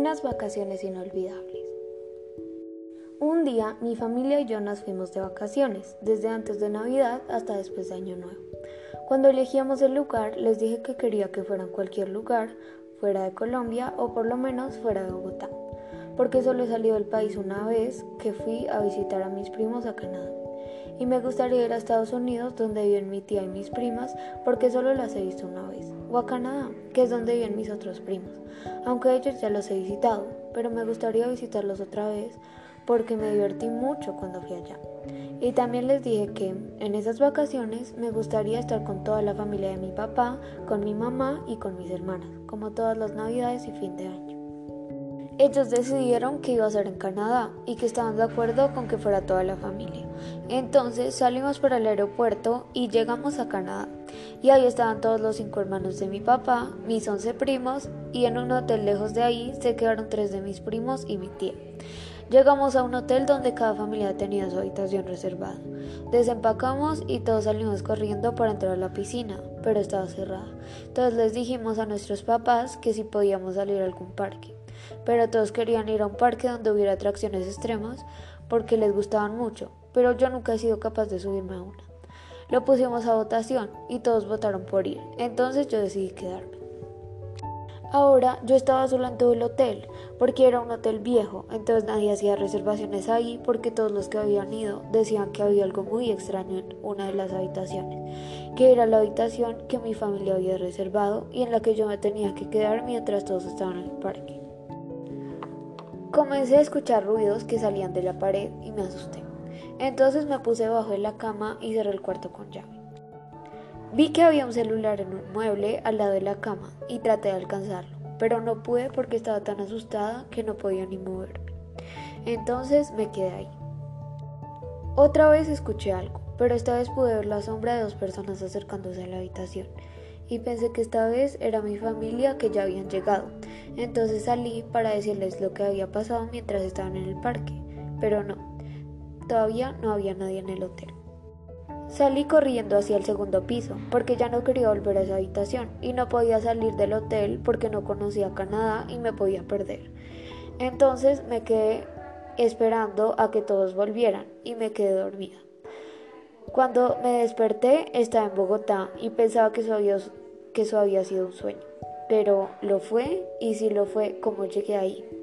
Unas vacaciones inolvidables. Un día mi familia y yo nos fuimos de vacaciones, desde antes de Navidad hasta después de Año Nuevo. Cuando elegíamos el lugar, les dije que quería que fuera en cualquier lugar, fuera de Colombia o por lo menos fuera de Bogotá, porque solo he salido del país una vez que fui a visitar a mis primos a Canadá. Y me gustaría ir a Estados Unidos, donde viven mi tía y mis primas, porque solo las he visto una vez. O a Canadá, que es donde viven mis otros primos, aunque ellos ya los he visitado, pero me gustaría visitarlos otra vez porque me divertí mucho cuando fui allá. Y también les dije que en esas vacaciones me gustaría estar con toda la familia de mi papá, con mi mamá y con mis hermanas, como todas las navidades y fin de año. Ellos decidieron que iba a ser en Canadá y que estaban de acuerdo con que fuera toda la familia. Entonces salimos por el aeropuerto y llegamos a Canadá. Y ahí estaban todos los 5 hermanos de mi papá, mis 11 primos, y en un hotel lejos de ahí se quedaron 3 de mis primos y mi tía. Llegamos a un hotel donde cada familia tenía su habitación reservada. Desempacamos y todos salimos corriendo para entrar a la piscina, pero estaba cerrada. Entonces les dijimos a nuestros papás que si podíamos salir a algún parque. Pero todos querían ir a un parque donde hubiera atracciones extremas porque les gustaban mucho, pero yo nunca he sido capaz de subirme a una. Lo pusimos a votación y todos votaron por ir, entonces yo decidí quedarme. Ahora yo estaba sola en todo el hotel, porque era un hotel viejo, entonces nadie hacía reservaciones ahí porque todos los que habían ido decían que había algo muy extraño en una de las habitaciones, que era la habitación que mi familia había reservado y en la que yo me tenía que quedar mientras todos estaban en el parque. Comencé a escuchar ruidos que salían de la pared y me asusté. Entonces me puse debajo de la cama y cerré el cuarto con llave. Vi que había un celular en un mueble al lado de la cama y traté de alcanzarlo, pero no pude porque estaba tan asustada que no podía ni moverme. Entonces me quedé ahí. Otra vez escuché algo, pero esta vez pude ver la sombra de 2 personas acercándose a la habitación y pensé que esta vez era mi familia que ya habían llegado. Entonces salí para decirles lo que había pasado mientras estaban en el parque, pero no, todavía no había nadie en el hotel. Salí corriendo hacia el segundo piso porque ya no quería volver a esa habitación y no podía salir del hotel porque no conocía Canadá y me podía perder. Entonces me quedé esperando a que todos volvieran y me quedé dormida. Cuando me desperté estaba en Bogotá y pensaba que eso había sido un sueño. Pero lo fue, y si lo fue, ¿cómo llegué ahí?